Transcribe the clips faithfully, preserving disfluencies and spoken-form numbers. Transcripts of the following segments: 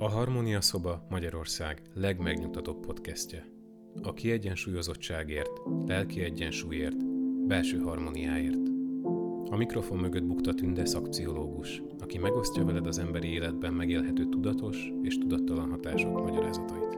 A Harmónia Szoba Magyarország legmegnyugtatóbb podcastje. A kiegyensúlyozottságért, lelki egyensúlyért, belső harmóniáért. A mikrofon mögött bukta Tünde szakpszichológus, aki megosztja veled az emberi életben megélhető tudatos és tudattalan hatások magyarázatait.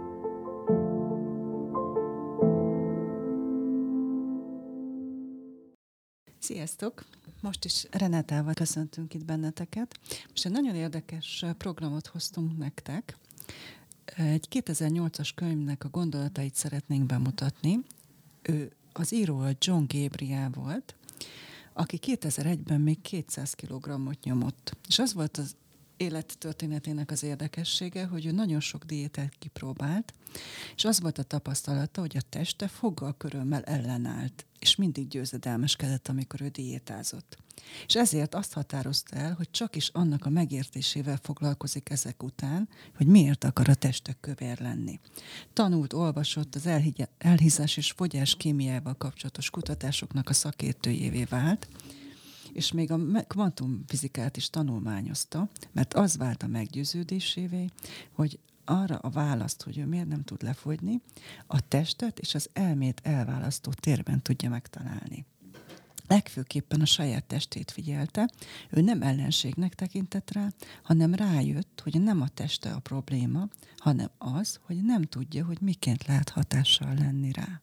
Sziasztok! Most is Renátával köszöntünk itt benneteket. Most egy nagyon érdekes programot hoztunk nektek. Egy kétezer-nyolcas könyvnek a gondolatait szeretnénk bemutatni. Ő az író a John Gabriel volt, aki kétezer-egyben még kétszáz kilogrammot nyomott. És az volt az élettörténetének az érdekessége, hogy ő nagyon sok diétát kipróbált, és az volt a tapasztalata, hogy a teste foggal körömmel ellenállt, és mindig győzedelmeskedett, amikor ő diétázott. És ezért azt határozta el, hogy csak is annak a megértésével foglalkozik ezek után, hogy miért akar a teste kövér lenni. Tanult, olvasott, az elhigy- elhízás és fogyás kémiával kapcsolatos kutatásoknak a szakértőjévé vált, és még a kvantumfizikát is tanulmányozta, mert az vált a meggyőződésévé, hogy arra a választ, hogy ő miért nem tud lefogyni, a testet és az elmét elválasztó térben tudja megtalálni. Legfőképpen a saját testét figyelte, ő nem ellenségnek tekintett rá, hanem rájött, hogy nem a teste a probléma, hanem az, hogy nem tudja, hogy miként lehet hatással lenni rá.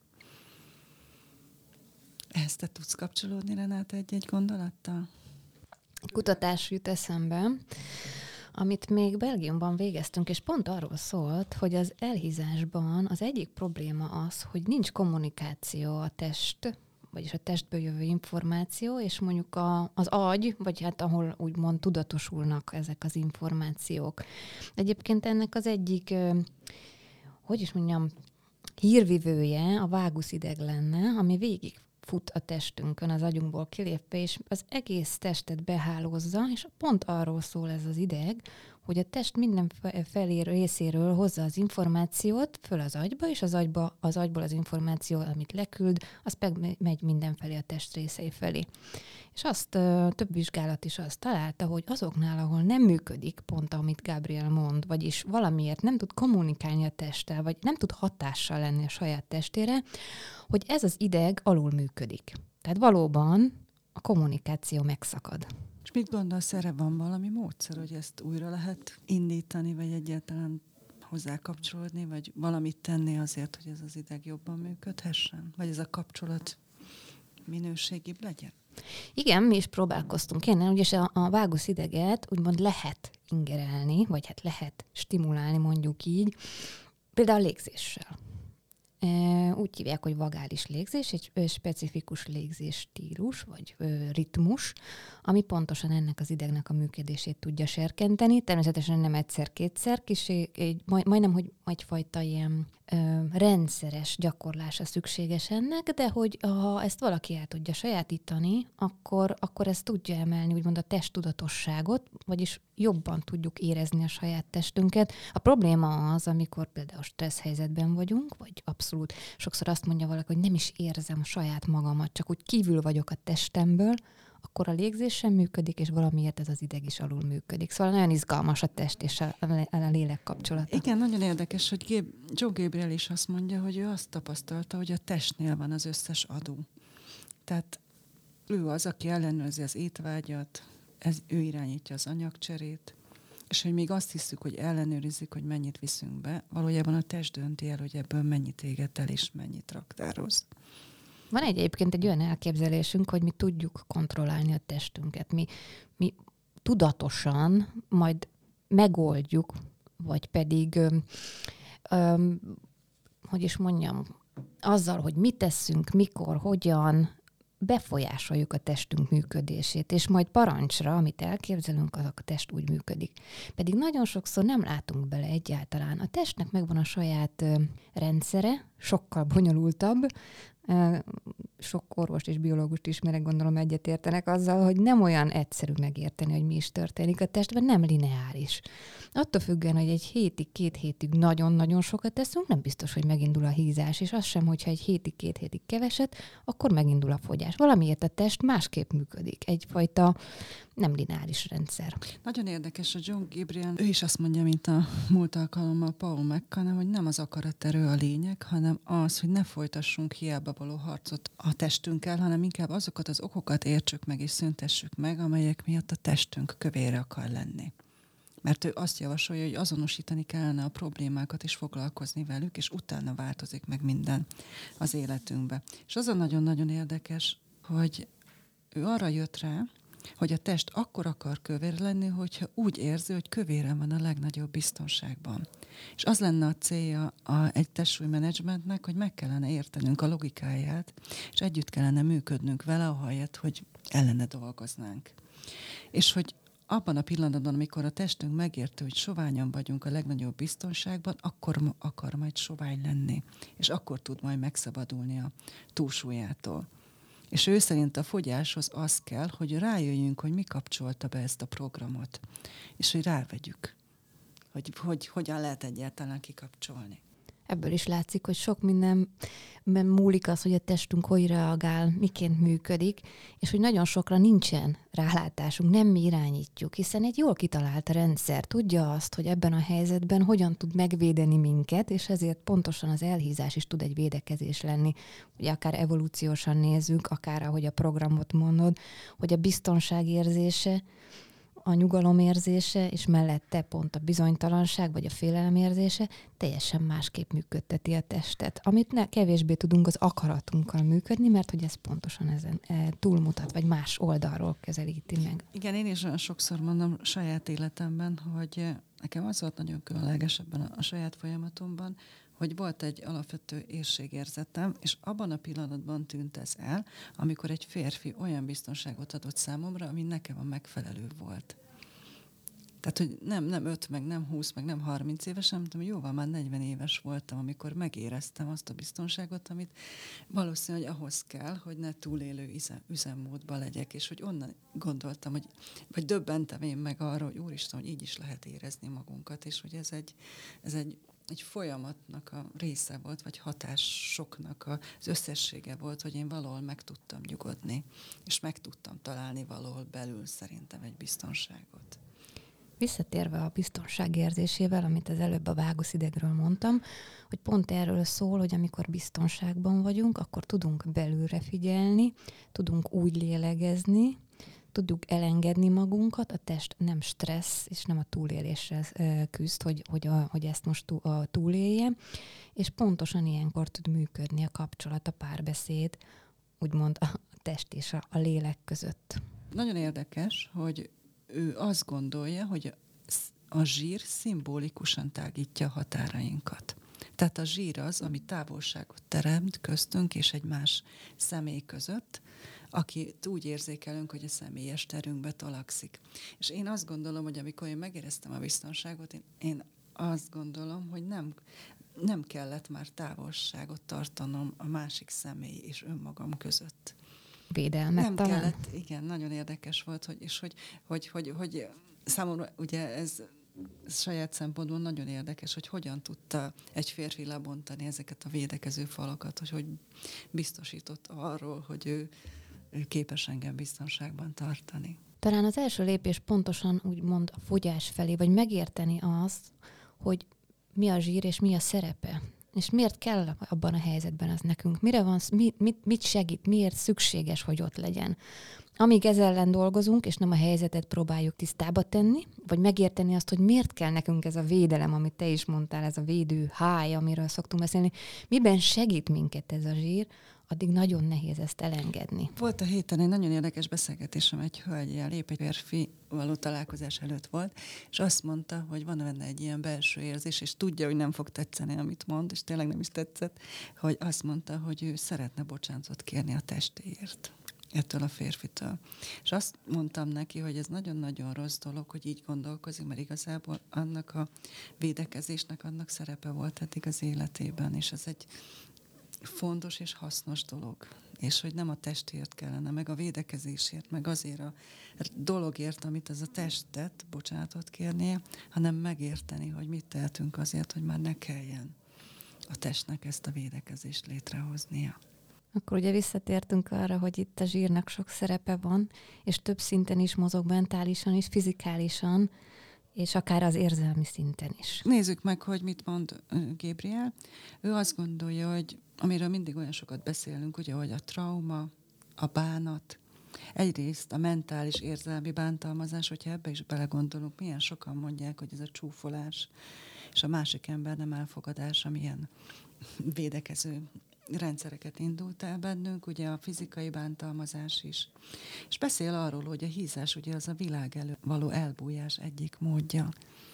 Ehhez te tudsz kapcsolódni, Renáta, egy-egy gondolattal? Kutatás jut eszembe, amit még Belgiumban végeztünk, és pont arról szólt, hogy az elhízásban az egyik probléma az, hogy nincs kommunikáció a test, vagyis a testből jövő információ, és mondjuk a, az agy, vagy hát ahol úgymond tudatosulnak ezek az információk. Egyébként ennek az egyik, hogy is mondjam, hírvivője a váguszideg lenne, ami végig fut a testünkön, az agyunkból kilépve, és az egész testet behálózza, és pont arról szól ez az ideg, hogy a test minden felé részéről hozza az információt föl az agyba, és az, agyba, az agyból az információ, amit leküld, az megy mindenfelé a test részei felé. És azt több vizsgálat is azt találta, hogy azoknál, ahol nem működik pont, amit Gabriel mond, vagyis valamiért nem tud kommunikálni a testtel, vagy nem tud hatással lenni a saját testére, hogy ez az ideg alul működik. Tehát valóban a kommunikáció megszakad. És mit gondolsz, erre van valami módszer, hogy ezt újra lehet indítani, vagy egyáltalán hozzá kapcsolódni, vagy valamit tenni azért, hogy ez az ideg jobban működhessen? Vagy ez a kapcsolat minőségibb legyen? Igen, mi is próbálkoztunk ilyennel, ugyanis a, a váguszideget úgymond lehet ingerelni, vagy hát lehet stimulálni, mondjuk így, például a légzéssel. Úgy hívják, hogy vagális légzés, egy specifikus légzés stílus, vagy ö, ritmus, ami pontosan ennek az idegnek a működését tudja serkenteni. Természetesen nem egyszer-kétszer, kis, egy, majd, majdnem, hogy egyfajta ilyen ö, rendszeres gyakorlása szükséges ennek, de hogy ha ezt valaki el tudja sajátítani, akkor, akkor ez tudja emelni úgymond a testtudatosságot, vagyis jobban tudjuk érezni a saját testünket. A probléma az, amikor például stressz helyzetben vagyunk, vagy abszolút sokszor azt mondja valaki, hogy nem is érzem a saját magamat, csak úgy kívül vagyok a testemből, akkor a légzés sem működik, és valamiért ez az ideg is alul működik. Szóval nagyon izgalmas a test és a, a lélek kapcsolata. Igen, nagyon érdekes, hogy Gab- John Gabriel is azt mondja, hogy ő azt tapasztalta, hogy a testnél van az összes adó. Tehát ő az, aki ellenőrzi az étvágyat, ez, ő irányítja az anyagcserét, és hogy még azt hiszük, hogy ellenőrizik, hogy mennyit viszünk be, valójában a test dönti el, hogy ebből mennyit éget el, és mennyit raktároz. Van egyébként egy olyan elképzelésünk, hogy mi tudjuk kontrollálni a testünket. Mi, mi tudatosan majd megoldjuk, vagy pedig, öm, öm, hogy is mondjam, azzal, hogy mit teszünk, mikor, hogyan, befolyásoljuk a testünk működését, és majd parancsra, amit elképzelünk, az a test úgy működik. Pedig nagyon sokszor nem látunk bele egyáltalán. A testnek megvan a saját ö, rendszere, sokkal bonyolultabb. Ö, sok orvost és biológust ismerek, gondolom egyetértenek azzal, hogy nem olyan egyszerű megérteni, hogy mi is történik a testben, nem lineáris. attól függően, hogy egy hétig, két hétig nagyon-nagyon sokat teszünk, nem biztos, hogy megindul a hízás, és az sem, hogyha egy hétig, két hétig keveset, akkor megindul a fogyás. Valamiért a test másképp működik. Egyfajta nem lineáris rendszer. Nagyon érdekes, a John Gabriel, ő is azt mondja, mint a múlt alkalommal Paul McCann, hogy nem az akaraterő a lényeg, hanem az, hogy ne folytassunk hiába való harcot a testünkkel, hanem inkább azokat az okokat értsük meg és szüntessük meg, amelyek miatt a testünk kövére akar lenni. Mert ő azt javasolja, hogy azonosítani kellene a problémákat és foglalkozni velük, és utána változik meg minden az életünkbe. És az a nagyon-nagyon érdekes, hogy ő arra jött rá, hogy a test akkor akar kövér lenni, hogyha úgy érzi, hogy kövéren van a legnagyobb biztonságban. És az lenne a célja a, egy testsúlymenedzsmentnek, hogy meg kellene értenünk a logikáját, és együtt kellene működnünk vele, ahelyett, hogy ellene dolgoznánk. És hogy abban a pillanatban, amikor a testünk megérti, hogy soványan vagyunk a legnagyobb biztonságban, akkor akar majd sovány lenni. És akkor tud majd megszabadulni a túlsúlyától. És ő szerint a fogyáshoz az kell, hogy rájöjjünk, hogy mi kapcsolta be ezt a programot. És hogy rávegyük, hogy, hogy hogyan lehet egyáltalán kikapcsolni. Ebből is látszik, hogy sok minden múlik az, hogy a testünk hogy reagál, miként működik, és hogy nagyon sokra nincsen rálátásunk, nem mi irányítjuk, hiszen egy jól kitalált rendszer tudja azt, hogy ebben a helyzetben hogyan tud megvédeni minket, és ezért pontosan az elhízás is tud egy védekezés lenni. Ugye akár evolúciósan nézzük, akár ahogy a programot mondod, hogy a biztonság érzése, a nyugalom érzése, és mellette pont a bizonytalanság, vagy a félelem érzése teljesen másképp működteti a testet. Amit ne, kevésbé tudunk az akaratunkkal működni, mert hogy ez pontosan ezen e, túlmutat, vagy más oldalról közelíti meg. Igen, én is olyan sokszor mondom saját életemben, hogy nekem az volt nagyon különleges ebben a, a saját folyamatomban, hogy volt egy alapvető éhségérzetem, és abban a pillanatban tűnt ez el, amikor egy férfi olyan biztonságot adott számomra, ami nekem a megfelelő volt. Tehát, hogy nem, nem öt, meg nem húsz, meg nem harminc éves, hanem tudom, jóval már negyven éves voltam, amikor megéreztem azt a biztonságot, amit valószínűleg ahhoz kell, hogy ne túlélő üzemmódban legyek, és hogy onnan gondoltam, hogy, vagy döbbentem én meg arra, hogy úristen, hogy így is lehet érezni magunkat, és hogy ez egy, ez egy egy folyamatnak a része volt, vagy hatásoknak az összessége volt, hogy én valahol meg tudtam nyugodni, és meg tudtam találni valahol belül szerintem egy biztonságot. Visszatérve a biztonság érzésével, amit az előbb a váguszidegről mondtam, hogy pont erről szól, hogy amikor biztonságban vagyunk, akkor tudunk belülre figyelni, tudunk úgy lélegezni, tudjuk elengedni magunkat, a test nem stressz, és nem a túlélésre küzd, hogy, hogy, a, hogy ezt most túl, a túlélje, és pontosan ilyenkor tud működni a kapcsolat, a párbeszéd, úgymond a test és a, a lélek között. Nagyon érdekes, hogy ő azt gondolja, hogy a zsír szimbolikusan tágítja a határainkat. Tehát a zsír az, ami távolságot teremt köztünk és egy más személy között, akit úgy érzékelünk, hogy a személyes terünkbe talakszik. És én azt gondolom, hogy amikor én megéreztem a biztonságot, én, én azt gondolom, hogy nem, nem kellett már távolságot tartanom a másik személy és önmagam között. Védelmet Nem talán? kellett, igen, nagyon érdekes volt, hogy, és hogy, hogy, hogy, hogy számomra ugye ez saját szempontból nagyon érdekes, hogy hogyan tudta egy férfi lebontani ezeket a védekező falakat, hogy hogy biztosított arról, hogy ő, ő képes engem biztonságban tartani. Talán az első lépés pontosan úgymond a fogyás felé, vagy megérteni azt, hogy mi a zsír és mi a szerepe. És miért kell abban a helyzetben az nekünk? Mire van, mit, mit, mit segít, miért szükséges, hogy ott legyen? Amíg ezzel ellen dolgozunk, és nem a helyzetet próbáljuk tisztába tenni, vagy megérteni azt, hogy miért kell nekünk ez a védelem, amit te is mondtál, ez a védő háj, amiről szoktunk beszélni, miben segít minket ez a zsír, addig nagyon nehéz ezt elengedni. Volt a héten egy nagyon érdekes beszélgetésem egy hölgyel, épp egy férfi való találkozás előtt volt, és azt mondta, hogy van benne egy ilyen belső érzés, és tudja, hogy nem fog tetszeni, amit mond, és tényleg nem is tetszett, hogy azt mondta, hogy ő szeretne bocsánatot kérni a testéért, ettől a férfitől. És azt mondtam neki, hogy ez nagyon-nagyon rossz dolog, hogy így gondolkozik, mert igazából annak a védekezésnek annak szerepe volt eddig az életében, és ez egy fontos és hasznos dolog. És hogy nem a testért kellene, meg a védekezésért, meg azért a dologért, amit ez a test tett, bocsánatot kérnie, hanem megérteni, hogy mit tehetünk azért, hogy már ne kelljen a testnek ezt a védekezést létrehoznia. Akkor ugye visszatértünk arra, hogy itt a zsírnak sok szerepe van, és több szinten is mozog, mentálisan is, fizikálisan, és akár az érzelmi szinten is. Nézzük meg, hogy mit mond Gabriel. Ő azt gondolja, hogy amiről mindig olyan sokat beszélünk, ugye, hogy a trauma, a bánat, egyrészt a mentális érzelmi bántalmazás, hogyha ebbe is belegondolunk, milyen sokan mondják, hogy ez a csúfolás, és a másik ember nem elfogadása, milyen védekező rendszereket indult el bennünk, ugye a fizikai bántalmazás is. És beszél arról, hogy a hízás ugye az a világ elő való elbújás egyik módja.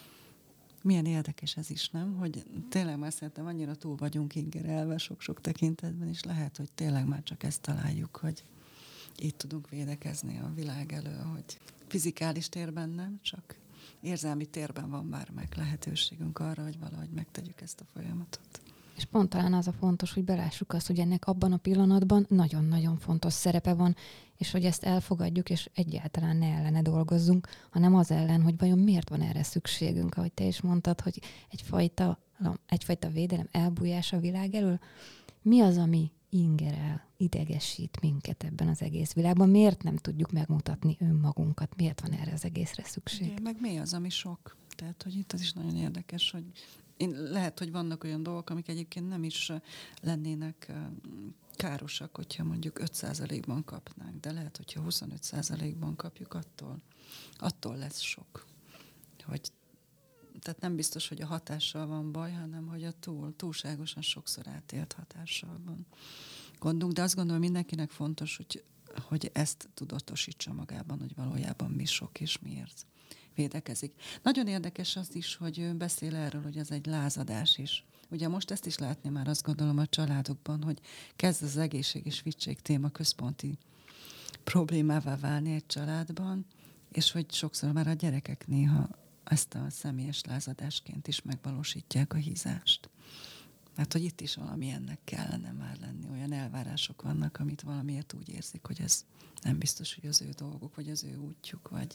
Milyen érdekes ez is, nem? Hogy tényleg már szerintem annyira túl vagyunk ingerelve sok-sok tekintetben, és lehet, hogy tényleg már csak ezt találjuk, hogy itt tudunk védekezni a világ elő, hogy fizikális térben nem, csak érzelmi térben van már meg lehetőségünk arra, hogy valahogy megtegyük ezt a folyamatot. És pont talán az a fontos, hogy belássuk azt, hogy ennek abban a pillanatban nagyon-nagyon fontos szerepe van, és hogy ezt elfogadjuk, és egyáltalán ne ellene dolgozzunk, hanem az ellen, hogy vajon miért van erre szükségünk, ahogy te is mondtad, hogy egyfajta, egyfajta védelem, elbújás a világ elől. Mi az, ami ingerel, idegesít minket ebben az egész világban? Miért nem tudjuk megmutatni önmagunkat? Miért van erre az egészre szükség? Igen, meg mi az, ami sok? Tehát, hogy itt az is nagyon érdekes, hogy én, lehet, hogy vannak olyan dolgok, amik egyébként nem is lennének károsak, hogyha mondjuk öt százalékban kapnánk, de lehet, hogyha huszonöt százalékban kapjuk, attól, attól lesz sok. Hogy, tehát nem biztos, hogy a hatással van baj, hanem hogy a túl, túlságosan sokszor átélt hatással van gondunk, de azt gondolom, mindenkinek fontos, hogy, hogy ezt tudatosítsa magában, hogy valójában mi sok és miért védekezik. Nagyon érdekes az is, hogy ő beszél erről, hogy ez egy lázadás is. Ugye most ezt is látni már azt gondolom a családokban, hogy kezd az egészség és vittség téma központi problémává válni egy családban, és hogy sokszor már a gyerekek néha ezt a személyes lázadásként is megvalósítják a hízást. Hát, hogy itt is valami ennek kellene már lenni. Olyan elvárások vannak, amit valamiért úgy érzik, hogy ez nem biztos, hogy az ő dolguk, vagy az ő útjuk, vagy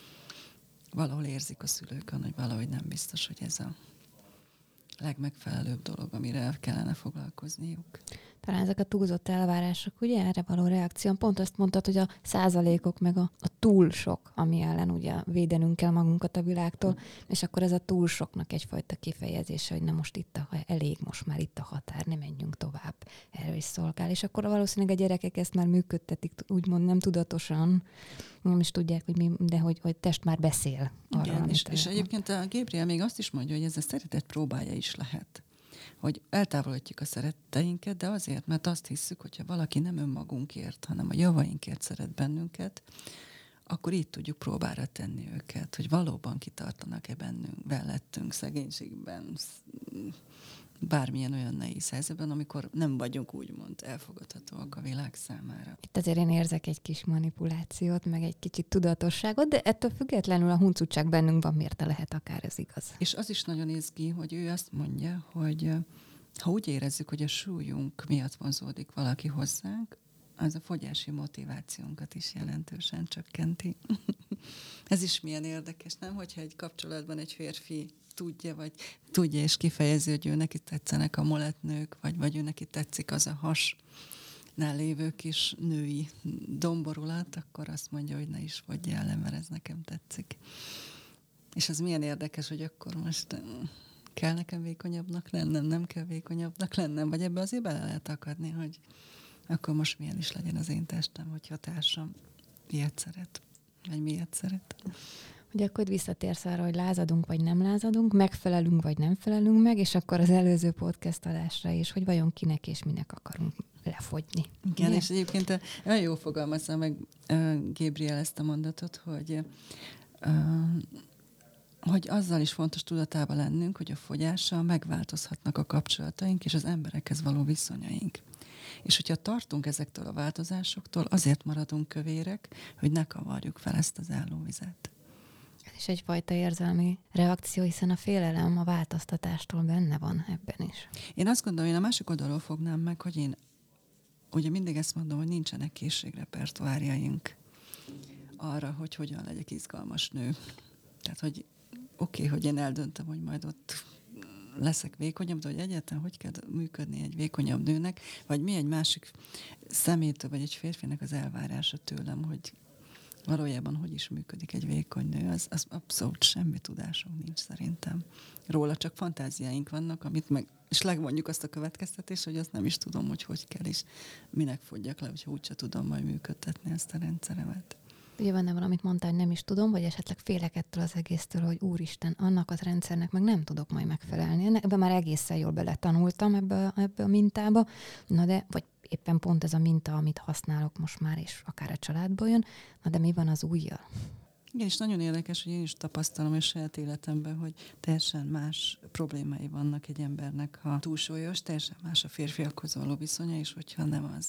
valahol érzik a szülőkön, hogy valahogy nem biztos, hogy ez a legmegfelelőbb dolog, amire el kellene foglalkozniuk. Talán ezek a túlzott elvárások, ugye erre való reakció. Pont azt mondtad, hogy a százalékok meg a, a túl sok, ami ellen ugye védenünk kell magunkat a világtól, mm. és akkor ez a túl soknak egyfajta kifejezése, hogy na most itt a, elég, most már itt a határ, ne menjünk tovább. Erről is szolgál. És akkor valószínűleg a gyerekek ezt már működtetik, úgymond nem tudatosan, nem is tudják, hogy mi, de hogy, hogy test már beszél. Arra, igen, és, és egyébként a Gabriel még azt is mondja, hogy ez a szeretet próbája is lehet. Hogy eltávolítjuk a szeretteinket, de azért, mert azt hiszük, hogyha valaki nem önmagunkért, hanem a javainkért szeret bennünket, akkor így tudjuk próbára tenni őket, hogy valóban kitartanak-e bennünk, mellettünk, szegénységben, bármilyen olyan nehéz helyzetben, amikor nem vagyunk úgymond elfogadhatóak a világ számára. Itt azért én érzek egy kis manipulációt, meg egy kicsit tudatosságot, de ettől függetlenül a huncutság bennünk van, miért ne lehet akár ez igaz. És az is nagyon izgi, hogy ő azt mondja, hogy ha úgy érezzük, hogy a súlyunk miatt vonzódik valaki hozzánk, az a fogyási motivációnkat is jelentősen csökkenti. Ez is milyen érdekes, nem? Hogyha egy kapcsolatban egy férfi tudja, vagy tudja és kifejezi, hogy ő neki tetszenek a molettnők, vagy, vagy ő neki tetszik az a hasnál lévő kis női domborulat, akkor azt mondja, hogy ne is fogyjál le, mert ez nekem tetszik. És az milyen érdekes, hogy akkor most kell nekem vékonyabbnak lennem, nem kell vékonyabbnak lennem, vagy ebbe azért bele lehet akadni, hogy akkor most milyen is legyen az én testem, hogyha a társam ilyet szeret, vagy miért szeret. Hogy akkor visszatérsz arra, hogy lázadunk, vagy nem lázadunk, megfelelünk, vagy nem felelünk meg, és akkor az előző podcast adásra is, hogy vajon kinek és minek akarunk lefogyni. Igen, ugye? És egyébként nagyon jól fogalmazza meg uh, Gabriel ezt a mondatot, hogy, uh, hogy azzal is fontos tudatában lennünk, hogy a fogyással megváltozhatnak a kapcsolataink és az emberekhez való viszonyaink. És hogyha tartunk ezektől a változásoktól, azért maradunk kövérek, hogy ne kavarjuk fel ezt az állóvizet. Ez És egyfajta érzelmi reakció, hiszen a félelem a változtatástól benne van ebben is. Én azt gondolom, én a másik oldalról fognám meg, hogy én ugye mindig ezt mondom, hogy nincsenek készségrepertoárjaink arra, hogy hogyan legyek izgalmas nő. Tehát, hogy oké, okay, hogy én eldöntöm, hogy majd ott leszek vékonyabb, de hogy egyáltalán hogy kell működni egy vékonyabb nőnek, vagy mi egy másik szemétől, vagy egy férfinek az elvárása tőlem, hogy valójában hogy is működik egy vékony nő, az, az abszolút semmi tudásunk nincs szerintem. Róla csak fantáziáink vannak, amit meg, és legmondjuk azt a következtetést, hogy azt nem is tudom, hogy hogy kell, és minek fogyjak le, hogyha úgyse tudom majd működtetni ezt a rendszeremet. Ugye van valamit mondtál, hogy nem is tudom, vagy esetleg félek ettől az egésztől, hogy úristen, annak az rendszernek meg nem tudok majd megfelelni. Ebben már egészen jól beletanultam ebbe, ebbe a mintába, na de, vagy éppen pont ez a minta, amit használok most már, és akár a családból jön, na de mi van az újjal? Igen, és nagyon érdekes, hogy én is tapasztalom a saját életemben, hogy teljesen más problémái vannak egy embernek, ha túlsúlyos, teljesen más a férfiakhoz való viszonya, és hogyha nem az.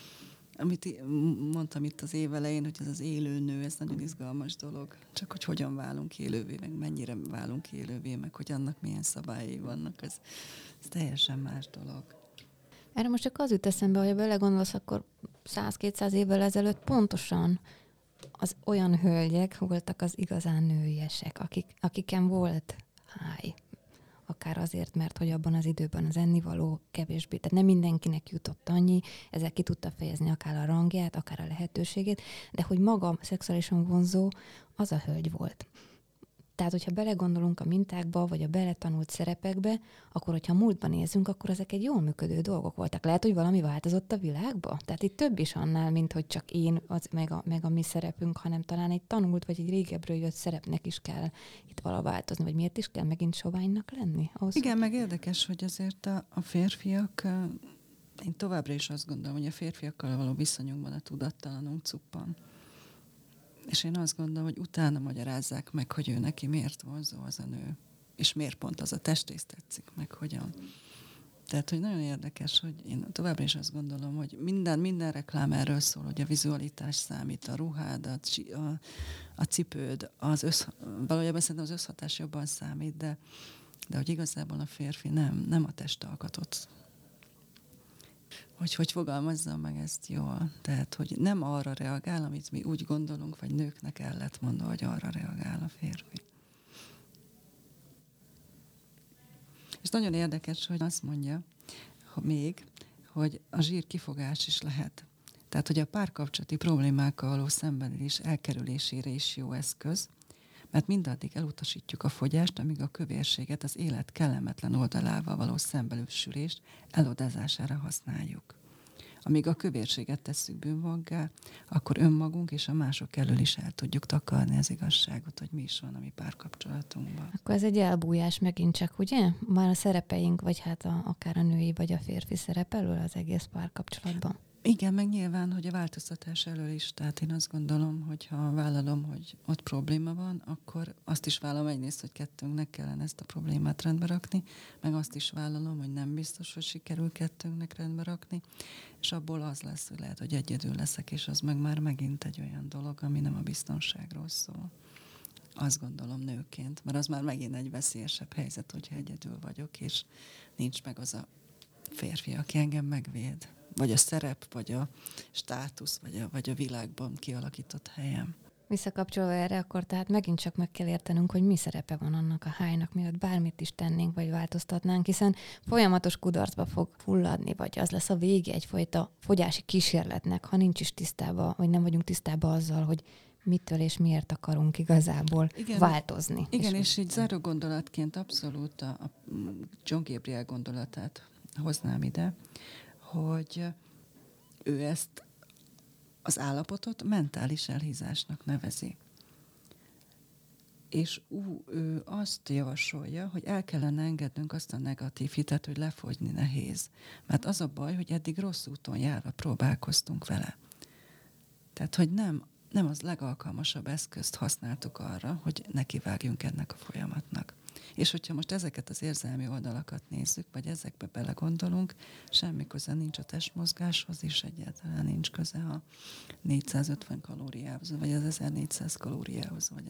Amit mondtam itt az év elején, hogy ez az élő nő, ez nagyon izgalmas dolog. Csak hogy hogyan válunk élővé, meg mennyire válunk élővé, meg hogy annak milyen szabályai vannak, ez, ez teljesen más dolog. Erre most csak az jut eszembe, hogy ha belegondolsz, akkor száz-kétszáz évvel ezelőtt pontosan az olyan hölgyek voltak az igazán nőiesek, akik, akiken volt háj. Akár azért, mert hogy abban az időben az ennivaló kevésbé, tehát nem mindenkinek jutott annyi, ezzel ki tudta fejezni akár a rangját, akár a lehetőségét, de hogy maga szexuálisan vonzó az a hölgy volt. Tehát, hogyha belegondolunk a mintákba, vagy a beletanult szerepekbe, akkor, hogyha múltban nézünk, akkor ezek egy jól működő dolgok voltak. Lehet, hogy valami változott a világba? Tehát itt több is annál, mint hogy csak én, az, meg, a, meg a mi szerepünk, hanem talán egy tanult, vagy egy régebről jött szerepnek is kell itt vala változni, vagy miért is kell megint soványnak lenni? Ahhoz, Igen, hogy... meg érdekes, hogy azért a, a férfiak, én továbbra is azt gondolom, hogy a férfiakkal való viszonyunkban a tudattalanunk cuppan. És én azt gondolom, hogy utána magyarázzák meg, hogy ő neki miért vonzó az a nő. És miért pont az a testrész tetszik, meg hogyan. Tehát, hogy nagyon érdekes, hogy én továbbra is azt gondolom, hogy minden, minden reklám erről szól, hogy a vizualitás számít, a ruhád, a, a, a cipőd, az össz, valójában szerintem az összhatás jobban számít, de, de hogy igazából a férfi nem, nem a testalkatot. Hogy hogy fogalmazzam meg ezt jól. Tehát, hogy nem arra reagál, amit mi úgy gondolunk, vagy nőknek el lett mondva, hogy arra reagál a férfi. És nagyon érdekes, hogy azt mondja hogy még, hogy a zsír kifogás is lehet. Tehát, hogy a párkapcsolati problémákkal való szenvedés elkerülésére is jó eszköz, mert mindaddig elutasítjuk a fogyást, amíg a kövérséget az élet kellemetlen oldalával való szembelősülést elodázására használjuk. Amíg a kövérséget tesszük bűnvaggá, akkor önmagunk és a mások elől is el tudjuk takarni az igazságot, hogy mi is van a mi párkapcsolatunkban. Akkor ez egy elbújás megint csak, ugye? Már a szerepeink, vagy hát a, akár a női, vagy a férfi szerep elől az egész párkapcsolatban. Igen, meg nyilván, hogy a változtatás elől is. Tehát én azt gondolom, hogy ha vállalom, hogy ott probléma van, akkor azt is vállalom egyrészt, hogy kettőnknek kellene ezt a problémát rendbe rakni, meg azt is vállalom, hogy nem biztos, hogy sikerül kettőnknek rendbe rakni, és abból az lesz, hogy lehet, hogy egyedül leszek, és az meg már megint egy olyan dolog, ami nem a biztonságról szól. Azt gondolom nőként, mert az már megint egy veszélyesebb helyzet, hogyha egyedül vagyok, és nincs meg az a férfi, aki engem megvéd. Vagy a szerep, vagy a státusz, vagy a, vagy a világban kialakított helyem. Visszakapcsolva erre, akkor tehát megint csak meg kell értenünk, hogy mi szerepe van annak a hájnak, miatt bármit is tennénk, vagy változtatnánk, hiszen folyamatos kudarcba fog fulladni, vagy az lesz a vége egyfajta fogyási kísérletnek, ha nincs is tisztában, vagy nem vagyunk tisztában azzal, hogy mitől és miért akarunk igazából igen, változni. Igen, és, és így záró gondolatként abszolút a, a John Gabriel gondolatát hoznám ide, hogy ő ezt az állapotot mentális elhízásnak nevezi. És ú, ő azt javasolja, hogy el kellene engednünk azt a negatív hitet, hogy lefogyni nehéz. Mert az a baj, hogy eddig rossz úton járva próbálkoztunk vele. Tehát, hogy nem, nem az legalkalmasabb eszközt használtuk arra, hogy nekivágjunk ennek a folyamatnak. És hogyha most ezeket az érzelmi oldalakat nézzük, vagy ezekbe belegondolunk, semmi köze nincs a testmozgáshoz, és egyáltalán nincs köze a négyszázötven kalóriához, vagy az ezernégyszáz kalóriához, vagy a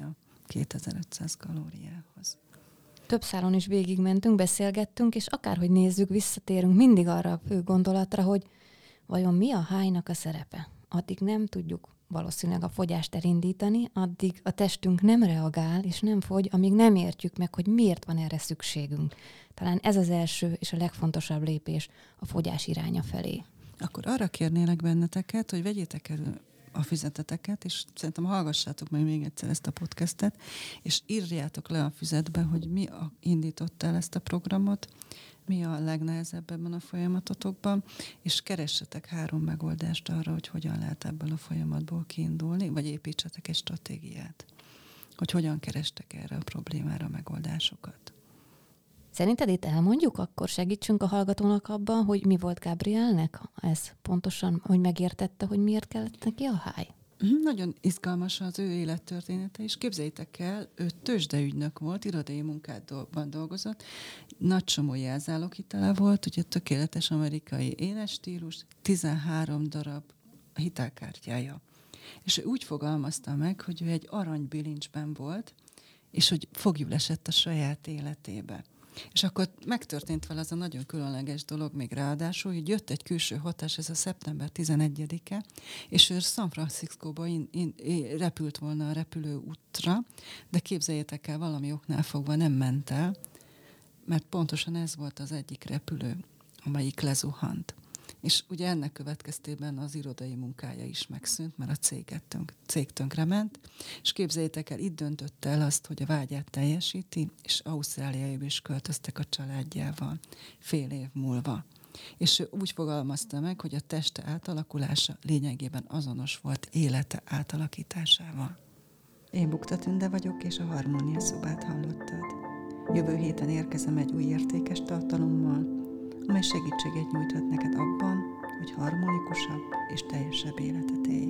kétezer-ötszáz kalóriához. Több szálon is végigmentünk, beszélgettünk, és akárhogy nézzük, visszatérünk mindig arra a fő gondolatra, hogy vajon mi a hájnak a szerepe. Addig nem tudjuk valószínűleg a fogyást elindítani, addig a testünk nem reagál és nem fogy, amíg nem értjük meg, hogy miért van erre szükségünk. Talán ez az első és a legfontosabb lépés a fogyás iránya felé. Akkor arra kérnélek benneteket, hogy vegyétek elő a füzeteteket, és szerintem hallgassátok meg még egyszer ezt a podcastet, és írjátok le a füzetbe, hogy mi a, indította el ezt a programot, mi a legnehezebb ebben a folyamatotokban, és keressetek három megoldást arra, hogy hogyan lehet ebből a folyamatból kiindulni, vagy építsetek egy stratégiát, hogy hogyan kerestek erre a problémára megoldásokat. Szerinted itt elmondjuk, akkor segítsünk a hallgatónak abban, hogy mi volt Gabrielnek? Ez pontosan, hogy megértette, hogy miért kellett neki a háj? Nagyon izgalmas az ő élettörténete, és képzeljétek el, ő tőzsdeügynök volt, irodai munkában dolgozott, nagy csomó jelzáloghitele volt, ugye tökéletes amerikai életstílus, tizenhárom darab hitelkártyája. És ő úgy fogalmazta meg, hogy ő egy aranybilincsben volt, és hogy foglyul esett a saját életébe. És akkor megtörtént vele az a nagyon különleges dolog még ráadásul, hogy jött egy külső hatás, ez a szeptember tizenegyedike, és ő San Franciscóba in, in, repült volna a repülőútra, de képzeljétek el, valami oknál fogva nem ment el, mert pontosan ez volt az egyik repülő, amelyik lezuhant. És ugye ennek következtében az irodai munkája is megszűnt, mert a céget tönk, cég tönkrement, és képzeljétek el, itt döntötte el azt, hogy a vágyát teljesíti, és Ausztráliába is költöztek a családjával fél év múlva. És ő úgy fogalmazta meg, hogy a teste átalakulása lényegében azonos volt élete átalakításával. Én Bukta Tünde vagyok, és a Harmónia Szobát hallottad. Jövő héten érkezem egy új értékes tartalommal, amely segítséget nyújthat neked abban, hogy harmonikusabb és teljesebb életet élj.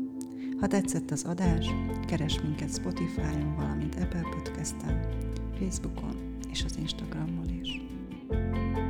Ha tetszett az adás, keresd minket Spotify-on, valamint Apple Podcast-en, Facebookon és az Instagramon is.